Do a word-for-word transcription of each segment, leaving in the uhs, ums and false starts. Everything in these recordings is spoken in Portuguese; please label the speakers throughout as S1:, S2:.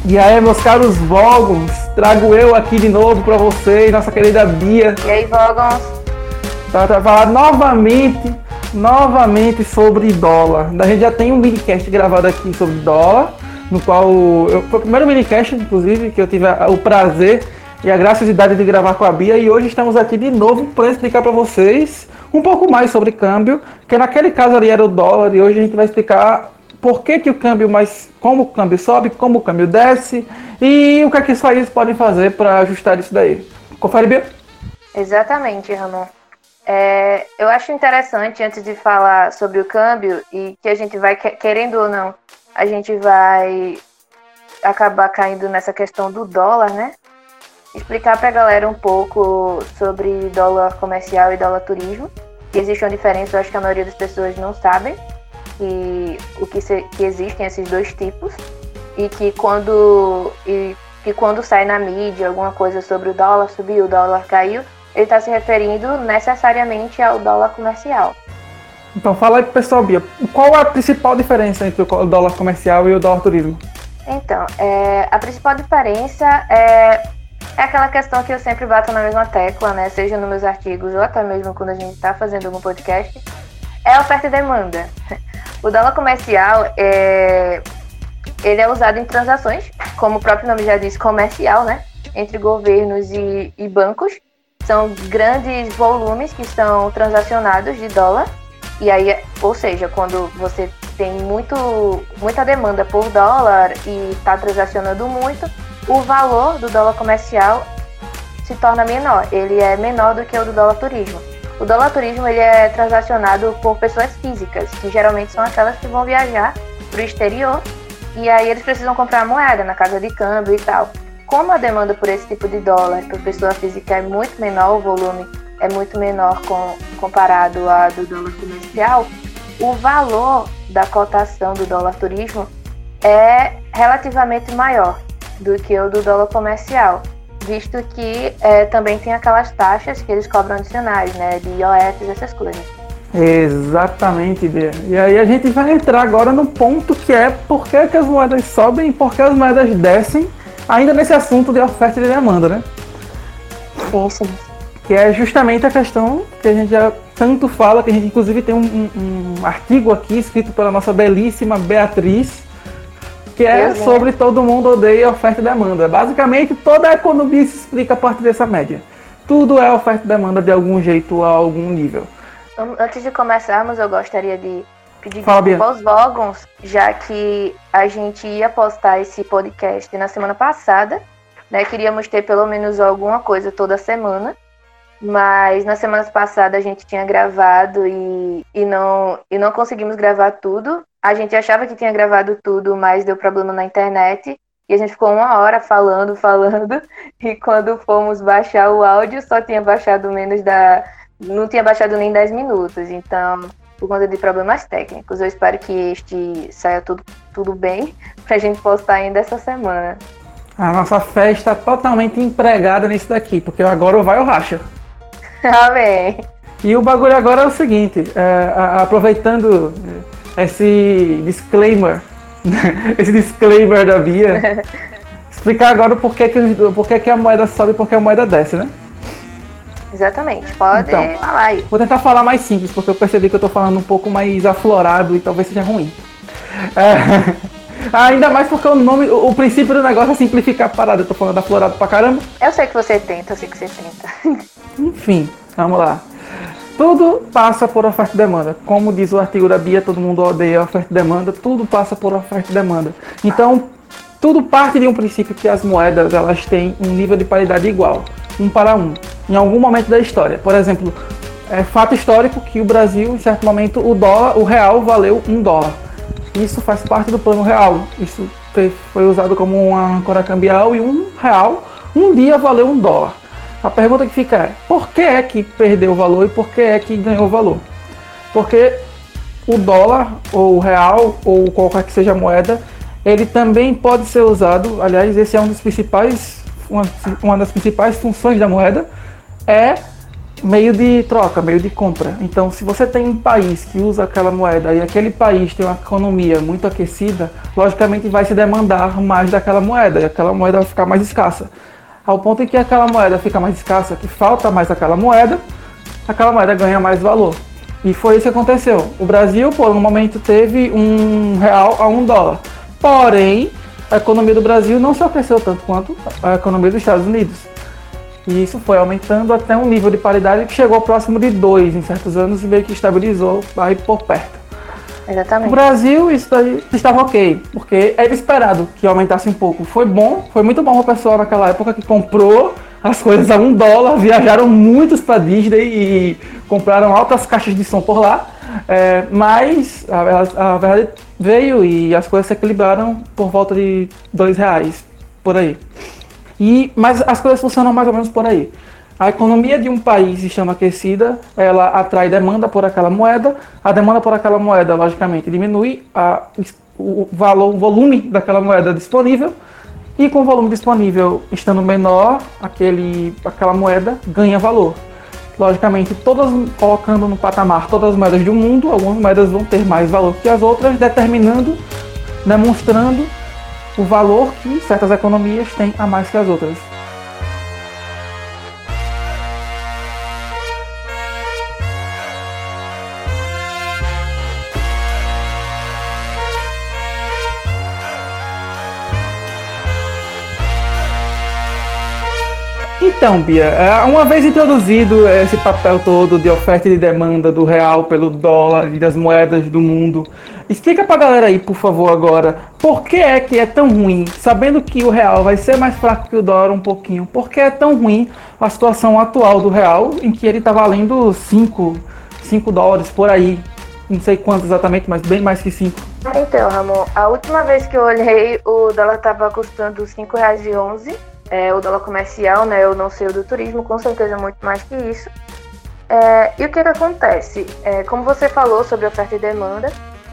S1: E aí, meus caros Vogons, trago eu aqui de novo para vocês, nossa querida Bia.
S2: E aí, Vogons?
S1: Para falar novamente, novamente sobre dólar. A gente já tem um minicast gravado aqui sobre dólar, no qual eu, foi o primeiro minicast, inclusive, que eu tive o prazer e a graciosidade de gravar com a Bia. E hoje estamos aqui de novo para explicar para vocês um pouco mais sobre câmbio, que naquele caso ali era o dólar, e hoje a gente vai explicar por que, que o câmbio mais, como o câmbio sobe, como o câmbio desce e o que é que os países podem fazer para ajustar isso daí. Confere, Bia?
S2: Exatamente, Ramon. É, eu acho interessante, antes de falar sobre o câmbio, e que a gente vai, querendo ou não, a gente vai acabar caindo nessa questão do dólar, né? Explicar para a galera um pouco sobre dólar comercial e dólar turismo, que existe uma diferença, eu acho que a maioria das pessoas não sabem. Que, o que, se, que existem esses dois tipos e que quando, e, que quando sai na mídia alguma coisa sobre o dólar subiu, o dólar caiu, ele está se referindo necessariamente ao dólar comercial.
S1: Então fala aí pro pessoal, Bia, qual é a principal diferença entre o dólar comercial e o dólar turismo?
S2: Então, é, a principal diferença é, é aquela questão que eu sempre bato na mesma tecla, né? Seja nos meus artigos ou até mesmo quando a gente está fazendo algum podcast, é a oferta e demanda. O dólar comercial, é, ele é usado em transações, como o próprio nome já diz, comercial, né? Entre governos e, e bancos. São grandes volumes que são transacionados de dólar. E aí, ou seja, quando você tem muito, muita demanda por dólar e está transacionando muito, o valor do dólar comercial se torna menor. Ele é menor do que o do dólar turismo. O dólar turismo ele é transacionado por pessoas físicas, que geralmente são aquelas que vão viajar para o exterior, e aí eles precisam comprar moeda na casa de câmbio e tal. Como a demanda por esse tipo de dólar para pessoa física é muito menor, o volume é muito menor com, comparado ao do dólar comercial, o valor da cotação do dólar turismo é relativamente maior do que o do dólar comercial, visto que é, também tem aquelas taxas que eles cobram adicionais, né, de I O Fs, essas coisas.
S1: Exatamente, Bia. E aí a gente vai entrar agora no ponto que é por que, que as moedas sobem e por que as moedas descem, ainda nesse assunto de oferta e de demanda, né?
S2: Sim, sim.
S1: Que é justamente a questão que a gente já tanto fala, que a gente inclusive tem um, um, um artigo aqui escrito pela nossa belíssima Beatriz, que é
S2: Deus
S1: sobre Deus. Todo mundo odeia oferta e demanda. Basicamente, toda a economia se explica a partir dessa média. Tudo é oferta e demanda de algum jeito a algum nível.
S2: Antes de começarmos, eu gostaria de pedir
S1: Fala,
S2: desculpa aos Vogons, já que a gente ia postar esse podcast na semana passada, né? Queríamos ter pelo menos alguma coisa toda semana, mas na semana passada a gente tinha gravado e, e, não, e não conseguimos gravar tudo. A gente achava que tinha gravado tudo, mas deu problema na internet. E a gente ficou uma hora falando, falando. E quando fomos baixar o áudio, só tinha baixado menos da... Não tinha baixado nem dez minutos. Então, por conta de problemas técnicos, eu espero que este saia tudo, tudo bem pra gente postar ainda essa semana.
S1: A nossa fé está totalmente empregada nisso daqui, porque agora vai o racha.
S2: Amém.
S1: E o bagulho agora é o seguinte, é, a, aproveitando esse disclaimer, esse disclaimer da Bia, explicar agora por que, que, por que, que a moeda sobe e por que a moeda desce, né?
S2: Exatamente, pode
S1: então,
S2: falar aí.
S1: Vou tentar falar mais simples, porque eu percebi que eu tô falando um pouco mais aflorado e talvez seja ruim. É, ainda mais porque o nome, o, o princípio do negócio é simplificar a parada, eu tô falando aflorado pra caramba.
S2: Eu sei que você tenta, eu sei que você tenta.
S1: Enfim, vamos lá. Tudo passa por oferta e demanda. Como diz o artigo da Bia, todo mundo odeia oferta e demanda, tudo passa por oferta e demanda. Então, tudo parte de um princípio que as moedas elas têm um nível de paridade igual, um para um, em algum momento da história. Por exemplo, é fato histórico que o Brasil, em certo momento, o dólar, o real valeu um dólar. Isso faz parte do plano real. Isso foi usado como uma âncora cambial e um real um dia valeu um dólar. A pergunta que fica é, por que é que perdeu o valor e por que é que ganhou valor? Porque o dólar, ou o real, ou qualquer que seja a moeda, ele também pode ser usado, aliás, esse é um dos principais, uma, uma das principais funções da moeda, é meio de troca, meio de compra. Então, se você tem um país que usa aquela moeda e aquele país tem uma economia muito aquecida, logicamente vai se demandar mais daquela moeda e aquela moeda vai ficar mais escassa. Ao ponto em que aquela moeda fica mais escassa, que falta mais aquela moeda, aquela moeda ganha mais valor. E foi isso que aconteceu. O Brasil, por um momento, teve um real a um dólar. Porém, a economia do Brasil não se aqueceu tanto quanto a economia dos Estados Unidos. E isso foi aumentando até um nível de paridade que chegou próximo de dois em certos anos e meio que estabilizou aí por perto.
S2: Exatamente.
S1: No Brasil, isso daí estava ok, porque era esperado que aumentasse um pouco. Foi bom, foi muito bom o pessoal naquela época que comprou as coisas a um dólar, viajaram muitos para Disney e compraram altas caixas de som por lá. É, mas a, a verdade veio e as coisas se equilibraram por volta de dois reais, por aí. E, mas as coisas funcionam mais ou menos por aí. A economia de um país estando aquecida, ela atrai demanda por aquela moeda. A demanda por aquela moeda, logicamente, diminui a, o valor, o volume daquela moeda disponível. E com o volume disponível estando menor, aquele, aquela moeda ganha valor. Logicamente, todas colocando no patamar todas as moedas do mundo, algumas moedas vão ter mais valor que as outras, determinando, demonstrando o valor que certas economias têm a mais que as outras. Então, Bia, uma vez introduzido esse papel todo de oferta e de demanda do real pelo dólar e das moedas do mundo, explica pra galera aí, por favor, agora, por que é que é tão ruim, sabendo que o real vai ser mais fraco que o dólar um pouquinho, por que é tão ruim a situação atual do real, em que ele tá valendo cinco dólares por aí, não sei quanto exatamente, mas bem mais que cinco.
S2: Então, Ramon, a última vez que eu olhei, o dólar tava custando cinco reais e onze centavos. É, o dólar comercial, né? Eu não sei o do turismo, com certeza muito mais que isso. É, e o que que acontece? É, como você falou sobre oferta e demanda,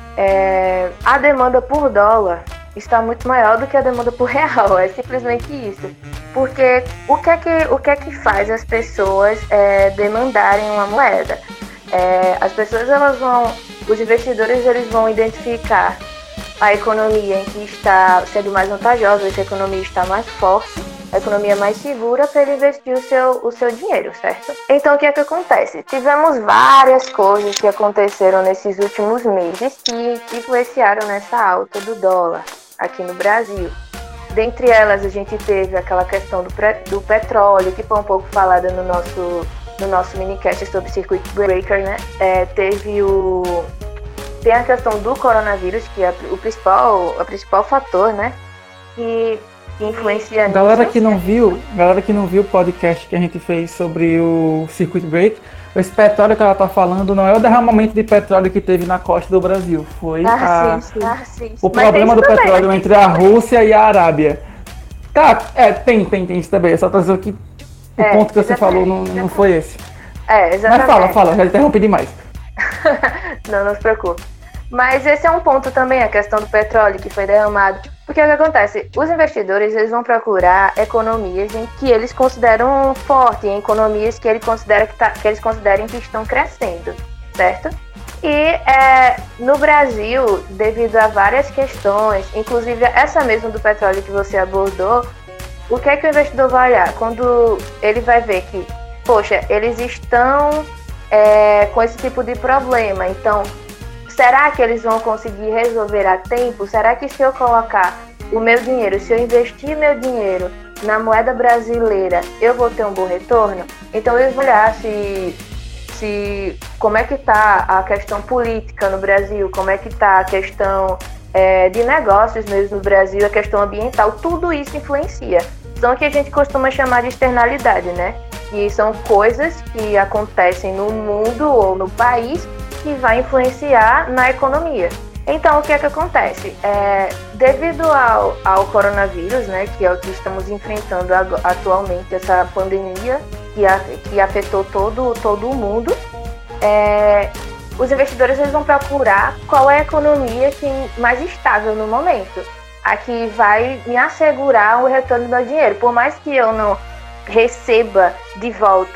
S2: é, a demanda por dólar está muito maior do que a demanda por real, é simplesmente isso. Porque o que é que, o que, é que faz as pessoas é, demandarem uma moeda? É, as pessoas, elas vão, os investidores, eles vão identificar a economia em que está sendo mais vantajosa, se a economia está mais forte, a economia mais segura para ele investir o seu, o seu dinheiro, certo? Então, o que é que acontece? Tivemos várias coisas que aconteceram nesses últimos meses que influenciaram nessa alta do dólar aqui no Brasil. Dentre elas, a gente teve aquela questão do, pre, do petróleo, que foi um pouco falada no nosso, no nosso minicast sobre Circuit Breaker, né? É, teve o... Tem a questão do coronavírus, que é o principal, o principal fator, né? Que... que influencia
S1: galera
S2: nisso.
S1: que não viu, galera que não viu o podcast que a gente fez sobre o Circuit Break, esse petróleo que ela tá falando não é o derramamento de petróleo que teve na costa do Brasil, foi
S2: ah,
S1: a,
S2: sim, sim. Ah, sim.
S1: o problema do também, petróleo entre a Rússia e a Arábia. Tá, é, tem, tem, tem isso também, é só pra dizer que o é, ponto que você falou não, não foi esse.
S2: É, exatamente.
S1: Mas fala, fala, já interrompi demais.
S2: não, não se preocupe. Mas esse é um ponto também, a questão do petróleo que foi derramado. Porque o que acontece? Os investidores, eles vão procurar economias em que eles consideram forte, em economias que, ele considera que, tá, que eles considerem que estão crescendo, certo? E é, no Brasil, devido a várias questões, inclusive essa mesma do petróleo que você abordou, o que é que o investidor vai olhar? Quando ele vai ver que, poxa, eles estão é, com esse tipo de problema, então... será que eles vão conseguir resolver a tempo? Será que se eu colocar o meu dinheiro, se eu investir meu dinheiro na moeda brasileira, eu vou ter um bom retorno? Então eles vão olhar se, se, como é que está a questão política no Brasil, como é que está a questão é, de negócios mesmo no Brasil, a questão ambiental, tudo isso influencia. São o que a gente costuma chamar de externalidade, né? Que são coisas que acontecem no mundo ou no país que vai influenciar na economia. Então, o que é que acontece? É, devido ao, ao coronavírus, né, que é o que estamos enfrentando atualmente, essa pandemia que, a, que afetou todo, todo o mundo, é, os investidores eles vão procurar qual é a economia que mais estável no momento, a que vai me assegurar o retorno do meu dinheiro. Por mais que eu não receba de volta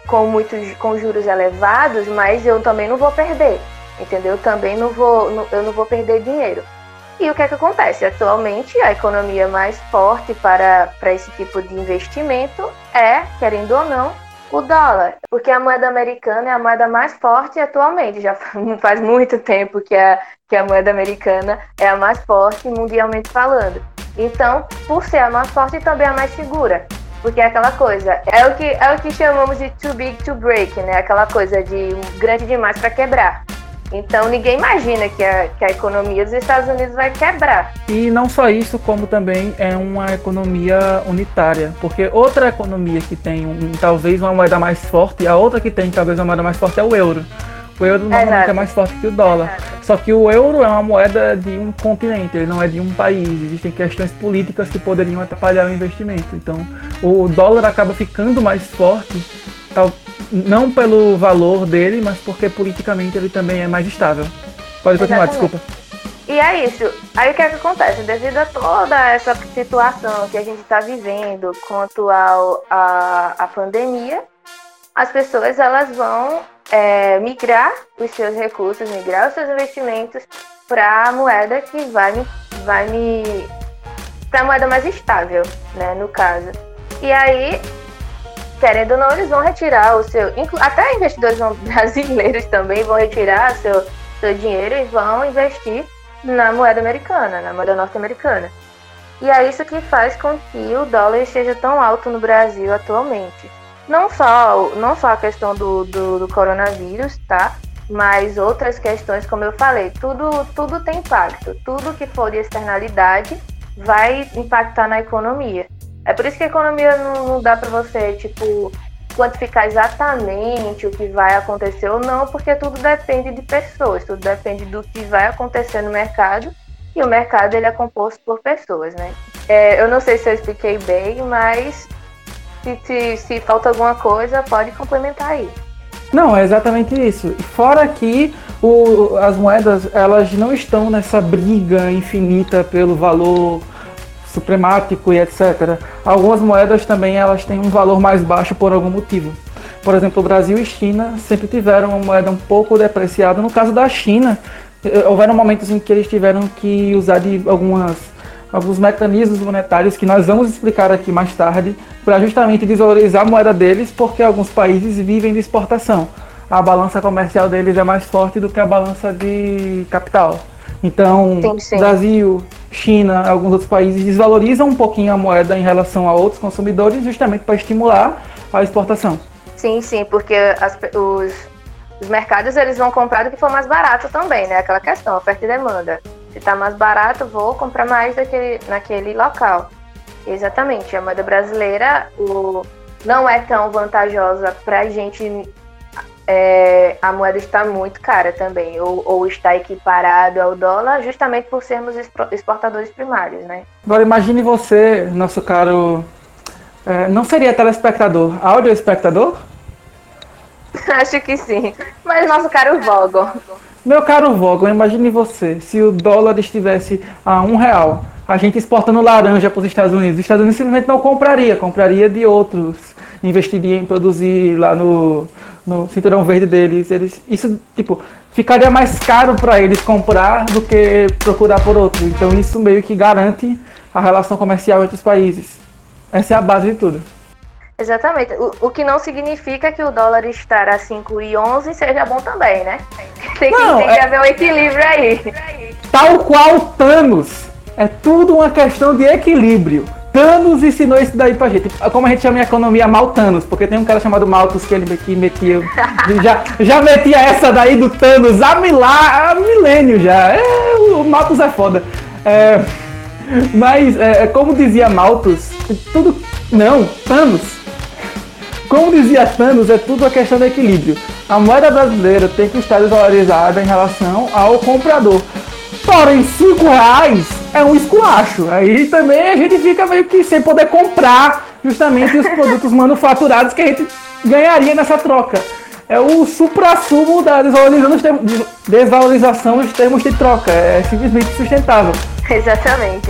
S2: com muitos com juros elevados, mas eu também não vou perder, entendeu? Eu também não vou, não, eu não vou perder dinheiro. E o que é que acontece? Atualmente, a economia mais forte para, para esse tipo de investimento é, querendo ou não, o dólar. Porque a moeda americana é a moeda mais forte atualmente. Já faz muito tempo que a, que a moeda americana é a mais forte mundialmente falando. Então, por ser a mais forte, também é a mais segura. Porque é aquela coisa, é o que, é o que chamamos de too big to break, né? Aquela coisa de grande demais para quebrar. Então ninguém imagina que a, que a economia dos Estados Unidos vai quebrar.
S1: E não só isso, como também é uma economia unitária, porque outra economia que tem um, talvez uma moeda mais forte, a outra que tem talvez uma moeda mais forte é o euro. O euro normalmente Exato. é mais forte que o dólar. Exato. Só que o euro é uma moeda de um continente, ele não é de um país. Existem questões políticas que poderiam atrapalhar o investimento. Então o dólar acaba ficando mais forte, tal, não pelo valor dele, mas porque politicamente ele também é mais estável. Pode continuar, Exatamente. desculpa.
S2: E é isso. Aí o que é que acontece? Devido a toda essa situação que a gente está vivendo quanto ao, a, a pandemia, as pessoas elas vão é, migrar os seus recursos, migrar os seus investimentos para a moeda que vai me... Vai me para a moeda mais estável, né, no caso. E aí, querendo ou não, eles vão retirar o seu... Até investidores brasileiros também vão retirar o seu, seu dinheiro e vão investir na moeda americana, na moeda norte-americana. E é isso que faz com que o dólar esteja tão alto no Brasil atualmente. Não só, não só a questão do, do, do coronavírus, tá? Mas outras questões, como eu falei, tudo, tudo tem impacto. Tudo que for de externalidade vai impactar na economia. É por isso que a economia não, não dá para você, tipo, quantificar exatamente o que vai acontecer ou não, porque tudo depende de pessoas, tudo depende do que vai acontecer no mercado, e o mercado ele é composto por pessoas, né? É, eu não sei se eu expliquei bem, mas se, se, se falta alguma coisa, pode complementar aí.
S1: Não, é exatamente isso. Fora que o, as moedas, elas não estão nessa briga infinita pelo valor supremático e etcétera. Algumas moedas também elas têm um valor mais baixo por algum motivo. Por exemplo, o Brasil e China sempre tiveram uma moeda um pouco depreciada. No caso da China, houveram momentos em que eles tiveram que usar de algumas, alguns mecanismos monetários que nós vamos explicar aqui mais tarde, para justamente desvalorizar a moeda deles, porque alguns países vivem de exportação. A balança comercial deles é mais forte do que a balança de capital. Então, sim, sim. Brasil, China, alguns outros países desvalorizam um pouquinho a moeda em relação a outros consumidores, justamente para estimular a exportação.
S2: Sim, sim, porque as, os, os mercados eles vão comprar do que for mais barato também, né? Aquela questão, oferta e demanda. Se está mais barato, vou comprar mais daquele, naquele local. Exatamente, a moeda brasileira o, não é tão vantajosa para a gente. É, a moeda está muito cara também, ou, ou está equiparado ao dólar, justamente por sermos exportadores primários, né?
S1: Agora imagine você, nosso caro, é, não seria telespectador, audioespectador?
S2: Acho que sim, mas nosso caro Vogon.
S1: Meu caro Vogon, imagine você, se o dólar estivesse a um real, a gente exportando laranja para os Estados Unidos, os Estados Unidos simplesmente não compraria, compraria de outros, investiria em produzir lá no... no cinturão verde deles, eles, isso, tipo, ficaria mais caro para eles comprar do que procurar por outro. Então isso meio que garante a relação comercial entre os países. Essa é a base de tudo.
S2: Exatamente. O, o que não significa que o dólar estar a cinco e onze seja bom também, né? Tem que, não, tem que é... haver um equilíbrio aí.
S1: Tal qual Thanos. É tudo uma questão de equilíbrio. Thanos ensinou isso daí pra gente. Como a gente chama em economia, Malthanos, porque tem um cara chamado Malthus que ele que metia. já, já metia essa daí do Thanos há, milá, há milênio já. É, o Malthus é foda. É, mas, é, como dizia Malthus, tudo. Não, Thanos. Como dizia Thanos, é tudo uma questão de equilíbrio. A moeda brasileira tem que estar desvalorizada em relação ao comprador. Porém, cinco reais é um esculacho. Aí também a gente fica meio que sem poder comprar justamente os produtos manufaturados que a gente ganharia nessa troca. É o supra-sumo da desvalorização dos termos de troca. É simplesmente sustentável.
S2: Exatamente.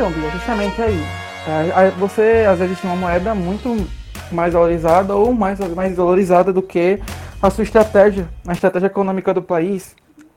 S1: Então, Bia, justamente aí. Aí você às vezes tem uma moeda muito mais valorizada ou mais, mais valorizada do que a sua estratégia, a estratégia econômica do país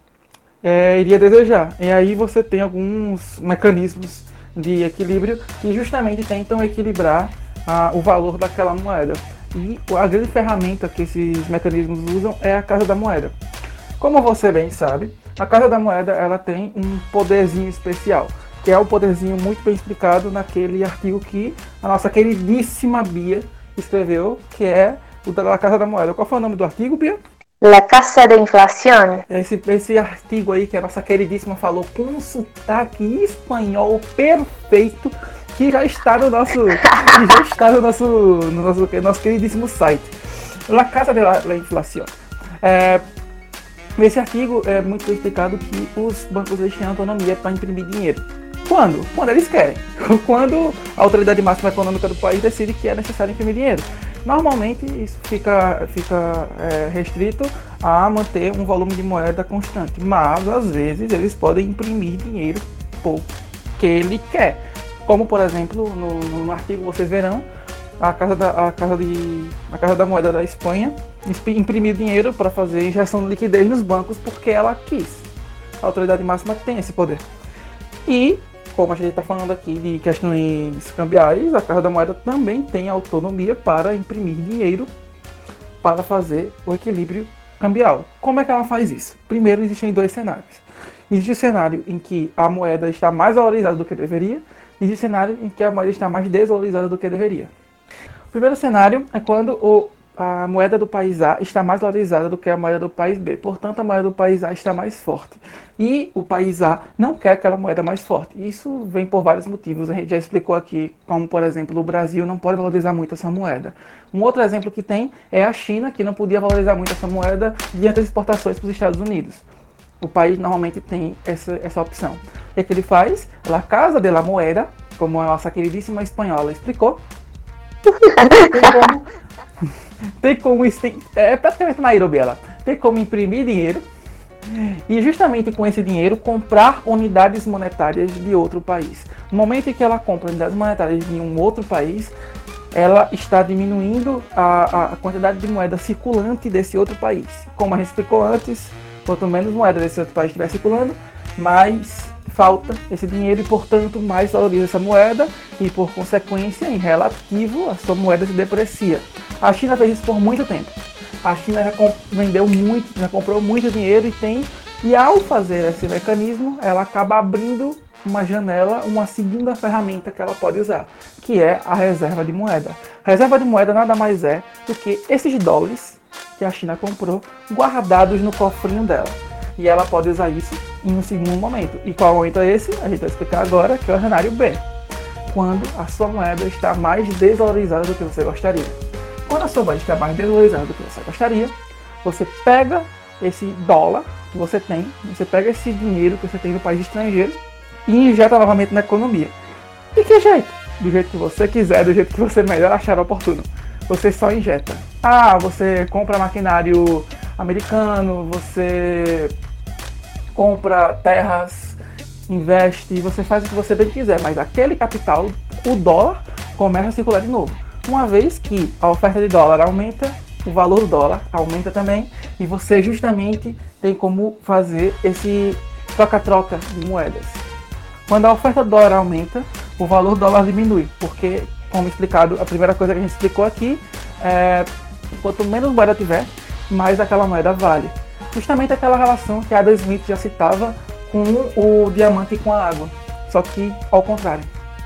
S1: é, iria desejar. E aí você tem alguns mecanismos de equilíbrio que justamente tentam equilibrar a, o valor daquela moeda. E a grande ferramenta que esses mecanismos usam é a Casa da Moeda. Como você bem sabe, a Casa da Moeda ela tem um poderzinho especial, que é o poderzinho muito bem explicado naquele artigo que a nossa queridíssima Bia escreveu, que é o da Casa da Moeda. Qual foi o nome do artigo, Bia?
S2: La Casa de Inflación.
S1: Esse, esse artigo aí que a nossa queridíssima falou com um sotaque espanhol perfeito, que já está no nosso, que já está no nosso, no nosso, nosso queridíssimo site. La Casa de la, la Inflación. É, nesse artigo é muito bem explicado que os bancos eles têm autonomia para imprimir dinheiro. Quando? Quando eles querem. Quando a autoridade máxima econômica do país decide que é necessário imprimir dinheiro. Normalmente isso fica, fica é, restrito a manter um volume de moeda constante, mas às vezes eles podem imprimir dinheiro pouco que ele quer. Como por exemplo, no, no artigo vocês verão, a Casa da, a Casa de, a Casa da Moeda da Espanha imprimiu dinheiro para fazer injeção de liquidez nos bancos porque ela quis. A autoridade máxima tem esse poder. E como a gente está falando aqui de questões cambiais, a Casa da Moeda também tem autonomia para imprimir dinheiro para fazer o equilíbrio cambial. Como é que ela faz isso? Primeiro, existem dois cenários. Existe o cenário em que a moeda está mais valorizada do que deveria, e existe o cenário em que a moeda está mais desvalorizada do que deveria. O primeiro cenário é quando o a moeda do país A está mais valorizada do que a moeda do país B. Portanto, a moeda do país A está mais forte. E o país A não quer aquela moeda mais forte. Isso vem por vários motivos. A gente já explicou aqui, como, por exemplo, o Brasil não pode valorizar muito essa moeda. Um outro exemplo que tem é a China, que não podia valorizar muito essa moeda diante das exportações para os Estados Unidos. O país normalmente tem essa, essa opção. O que, é que ele faz? La Casa de la Moeda, como a nossa queridíssima espanhola explicou, tem como... Tem como, é praticamente Nairobi ela, tem como imprimir dinheiro e justamente com esse dinheiro comprar unidades monetárias de outro país. No momento em que ela compra unidades monetárias de um outro país, ela está diminuindo a, a quantidade de moeda circulante desse outro país. Como a gente explicou antes, quanto menos moeda desse outro país estiver circulando, mais falta esse dinheiro e, portanto, mais valoriza essa moeda e, por consequência, em relativo, a sua moeda se deprecia. A China fez isso por muito tempo. A China já vendeu muito, já comprou muito dinheiro e tem, e ao fazer esse mecanismo, ela acaba abrindo uma janela, uma segunda ferramenta que ela pode usar, que é a reserva de moeda. A reserva de moeda nada mais é do que esses dólares que a China comprou guardados no cofrinho dela. E ela pode usar isso em um segundo momento. E qual momento é esse? A gente vai explicar agora, que é o cenário B. Quando a sua moeda está mais desvalorizada do que você gostaria. Quando a sua moeda está mais desvalorizada do que você gostaria, você pega esse dólar que você tem, você pega esse dinheiro que você tem no país estrangeiro e injeta novamente na economia. De que jeito? Do jeito que você quiser, do jeito que você melhor achar oportuno. Você só injeta. Ah, você compra maquinário americano, você compra terras, investe, você faz o que você bem quiser, mas aquele capital, o dólar, começa a circular de novo. Uma vez que a oferta de dólar aumenta, o valor do dólar aumenta também, e você justamente tem como fazer esse troca-troca de moedas. Quando a oferta do dólar aumenta, o valor do dólar diminui, porque, como explicado, a primeira coisa que a gente explicou aqui é quanto menos moeda tiver, mais aquela moeda vale. Justamente aquela relação que Adam Smith já citava com o diamante e com a água, só que ao contrário.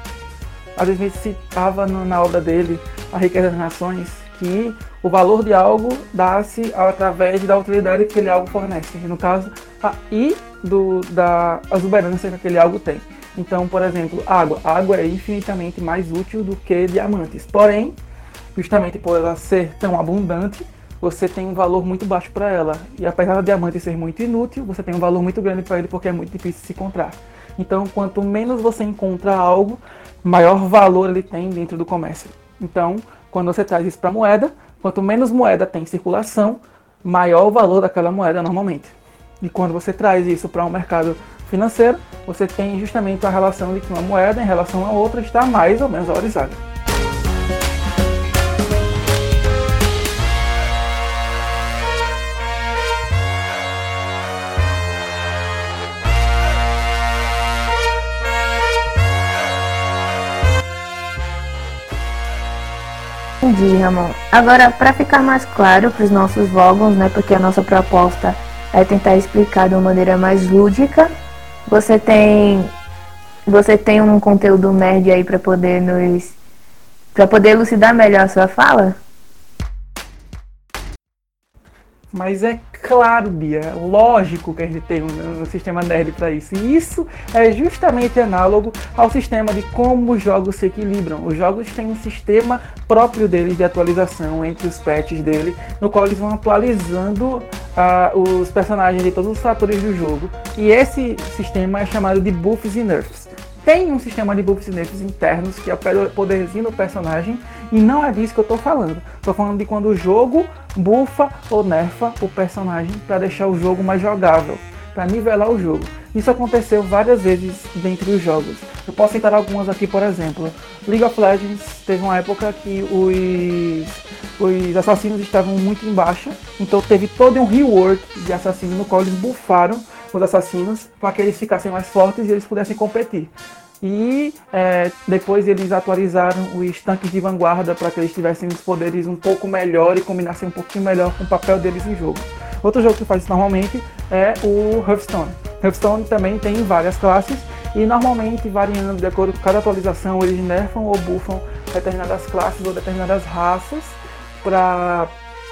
S1: Adam Smith citava no, na obra dele, A Riqueza das Nações, que o valor de algo dá-se através da utilidade que aquele algo fornece, no caso, a, e do, da exuberância que aquele algo tem. Então, por exemplo, água. A água é infinitamente mais útil do que diamantes. Porém, justamente por ela ser tão abundante, você tem um valor muito baixo para ela. E apesar do diamante ser muito inútil, você tem um valor muito grande para ele porque é muito difícil de se encontrar. Então, quanto menos você encontra algo, maior valor ele tem dentro do comércio. Então, quando você traz isso para a moeda, quanto menos moeda tem em circulação, maior o valor daquela moeda normalmente. E quando você traz isso para um mercado financeiro, você tem justamente a relação de que uma moeda em relação a outra está mais ou menos valorizada.
S2: Entendi, Ramon. Agora, para ficar mais claro para os nossos vogons, né, porque a nossa proposta é tentar explicar de uma maneira mais lúdica, você tem você tem um conteúdo nerd aí para poder nos para poder elucidar melhor a sua fala?
S1: Mas é claro, Bia, lógico que a gente tem um, um sistema nerd para isso. E isso é justamente análogo ao sistema de como os jogos se equilibram. Os jogos têm um sistema próprio deles de atualização entre os patches dele, no qual eles vão atualizando uh, os personagens de todos os fatores do jogo. E esse sistema é chamado de buffs e nerfs. Tem um sistema de buffs e nerfs internos, que é o poderzinho do personagem, e não é disso que eu tô falando. Tô falando de quando o jogo buffa ou nerfa o personagem para deixar o jogo mais jogável, para nivelar o jogo. Isso aconteceu várias vezes dentre os jogos. Eu posso citar algumas aqui, por exemplo. League of Legends teve uma época que os, os assassinos estavam muito em baixa, então teve todo um rework de assassinos no qual eles buffaram os assassinos para que eles ficassem mais fortes e eles pudessem competir. E é, depois eles atualizaram os tanques de vanguarda para que eles tivessem os poderes um pouco melhor e combinassem um pouquinho melhor com o papel deles no jogo. Outro jogo que faz isso normalmente é o Hearthstone. Hearthstone também tem várias classes e normalmente, variando de acordo com cada atualização, eles nerfam ou buffam determinadas classes ou determinadas raças para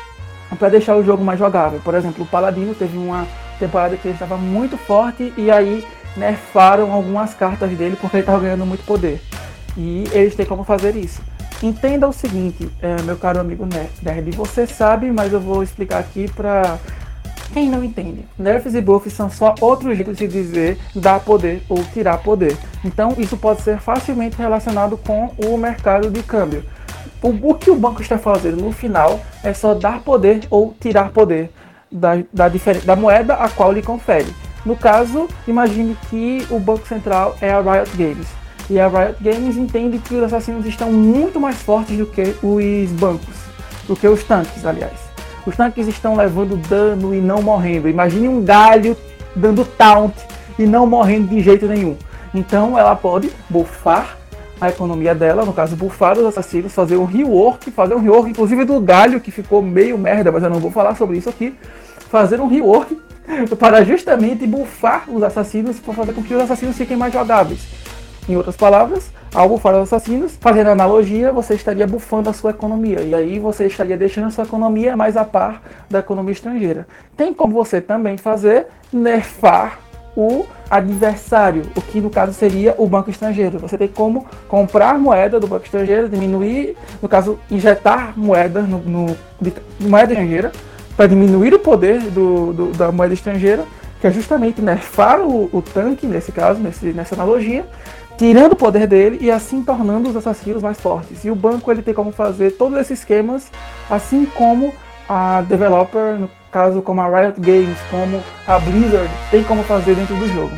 S1: para deixar o jogo mais jogável. Por exemplo, o Paladino teve uma temporada que ele estava muito forte e aí nerfaram algumas cartas dele porque ele estava ganhando muito poder. E eles têm como fazer isso. Entenda o seguinte, é, meu caro amigo nerd, você sabe, mas eu vou explicar aqui para quem não entende. Nerfs e buffs são só outros jeitos de dizer dar poder ou tirar poder. Então isso pode ser facilmente relacionado com o mercado de câmbio. O, o que o banco está fazendo no final é só dar poder ou tirar poder da, da, da moeda a qual lhe confere. No caso, imagine que o Banco Central é a Riot Games. E a Riot Games entende que os assassinos estão muito mais fortes do que os bancos, do que os tanques, aliás. Os tanques estão levando dano e não morrendo. Imagine um galho dando taunt e não morrendo de jeito nenhum. Então ela pode buffar a economia dela, no caso buffar os assassinos, fazer um rework, fazer um rework inclusive do galho que ficou meio merda, mas eu não vou falar sobre isso aqui. Fazer um rework para justamente buffar os assassinos, para fazer com que os assassinos fiquem mais jogáveis. Em outras palavras, ao buffar os assassinos, fazendo analogia, você estaria buffando a sua economia. E aí você estaria deixando a sua economia mais a par da economia estrangeira. Tem como você também fazer nerfar o adversário, o que no caso seria o banco estrangeiro. Você tem como comprar moeda do banco estrangeiro, diminuir, no caso, injetar moeda no, no moeda estrangeira, para diminuir o poder do, do, da moeda estrangeira, que é justamente nerfar o, o tanque, nesse caso, nesse, nessa analogia, tirando o poder dele e assim tornando os assassinos mais fortes. E o banco ele tem como fazer todos esses esquemas, assim como a developer, no caso como a Riot Games, como a Blizzard, tem como fazer dentro do jogo.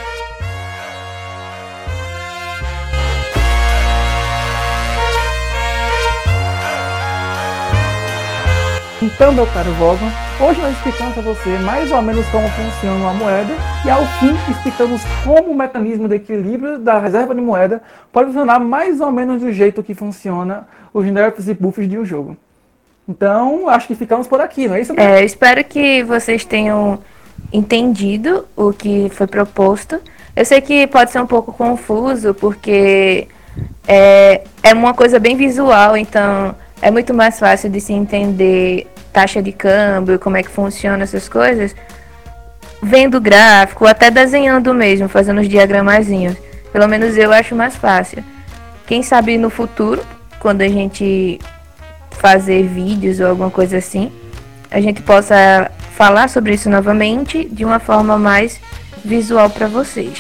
S1: Então, meu caro Vogon, hoje nós explicamos a você mais ou menos como funciona uma moeda e ao fim explicamos como o mecanismo de equilíbrio da reserva de moeda pode funcionar mais ou menos do jeito que funciona os nerfs e buffs de um jogo. Então, acho que ficamos por aqui, não é isso?
S2: É, espero que vocês tenham entendido o que foi proposto. Eu sei que pode ser um pouco confuso, porque é, é uma coisa bem visual, então é muito mais fácil de se entender taxa de câmbio, como é que funciona essas coisas, vendo gráfico, até desenhando mesmo, fazendo os diagramazinhos. Pelo menos eu acho mais fácil. Quem sabe no futuro, quando a gente fazer vídeos ou alguma coisa assim, a gente possa falar sobre isso novamente de uma forma mais visual para vocês.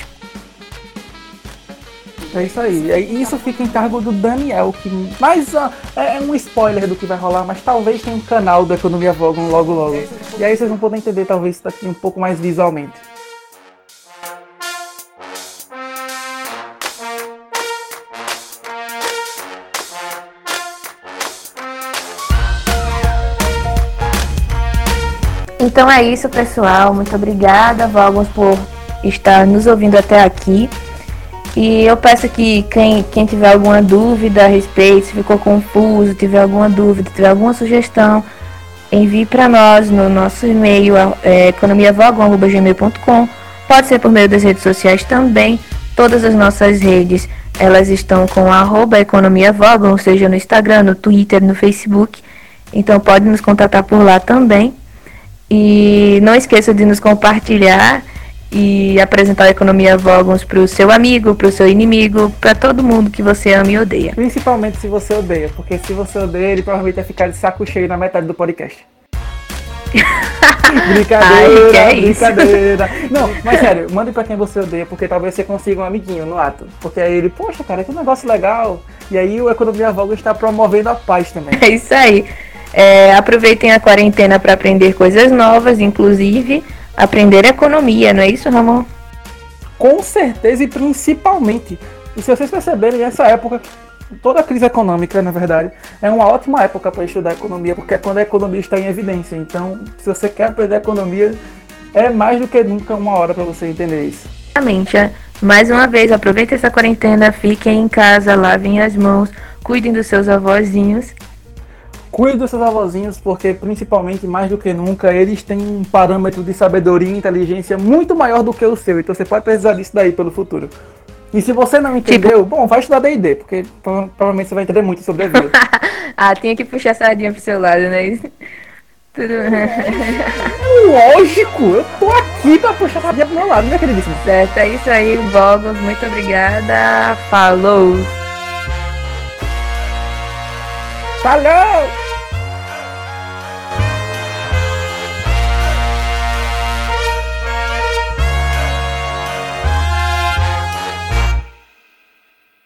S1: É isso aí. E isso fica em cargo do Daniel, que mais uh, é um spoiler do que vai rolar, mas talvez tenha um canal do Economia Vogon logo logo. E aí vocês vão poder entender talvez isso daqui um pouco mais visualmente.
S2: Então é isso, pessoal. Muito obrigada, Vogons, por estar nos ouvindo até aqui. E eu peço que quem, quem tiver alguma dúvida a respeito, se ficou confuso, tiver alguma dúvida, tiver alguma sugestão, envie para nós no nosso e-mail, é, economia vogon arroba gmail ponto com. Pode ser por meio das redes sociais também. Todas as nossas redes, elas estão com arroba economia vogon, seja no Instagram, no Twitter, no Facebook. Então pode nos contatar por lá também. E não esqueça de nos compartilhar e apresentar a Economia Vogons para o seu amigo, para o seu inimigo, para todo mundo que você ama e odeia.
S1: Principalmente se você odeia, porque se você odeia, ele provavelmente vai ficar de saco cheio na metade do podcast. Brincadeira,
S2: Ai,
S1: brincadeira. Não, mas sério, mande pra quem você odeia, porque talvez você consiga um amiguinho no ato. Porque aí ele, poxa, cara, que negócio legal. E aí o Economia Vogon está promovendo a paz também.
S2: É isso aí. É, aproveitem a quarentena para aprender coisas novas, inclusive aprender economia, não é isso, Ramon?
S1: Com certeza e principalmente. E se vocês perceberem, essa época, toda a crise econômica, na verdade, é uma ótima época para estudar economia, porque é quando a economia está em evidência. Então, se você quer aprender economia, é mais do que nunca uma hora para você entender isso.
S2: Exatamente. Mais uma vez, aproveitem essa quarentena, fiquem em casa, lavem as mãos, cuidem dos seus avózinhos.
S1: Cuide dos seus avózinhos, porque principalmente, mais do que nunca, eles têm um parâmetro de sabedoria e inteligência muito maior do que o seu. Então você pode precisar disso daí pelo futuro. E se você não entendeu, tipo... bom, vai estudar D e D, porque provavelmente você vai entender muito sobre a vida.
S2: Ah, tinha que puxar a sardinha pro seu lado, né? Tudo...
S1: Lógico, eu tô aqui pra puxar a sardinha pro meu lado, não é acredito.
S2: Certo, é isso aí, Vogons, muito obrigada. Falou!
S1: Falou!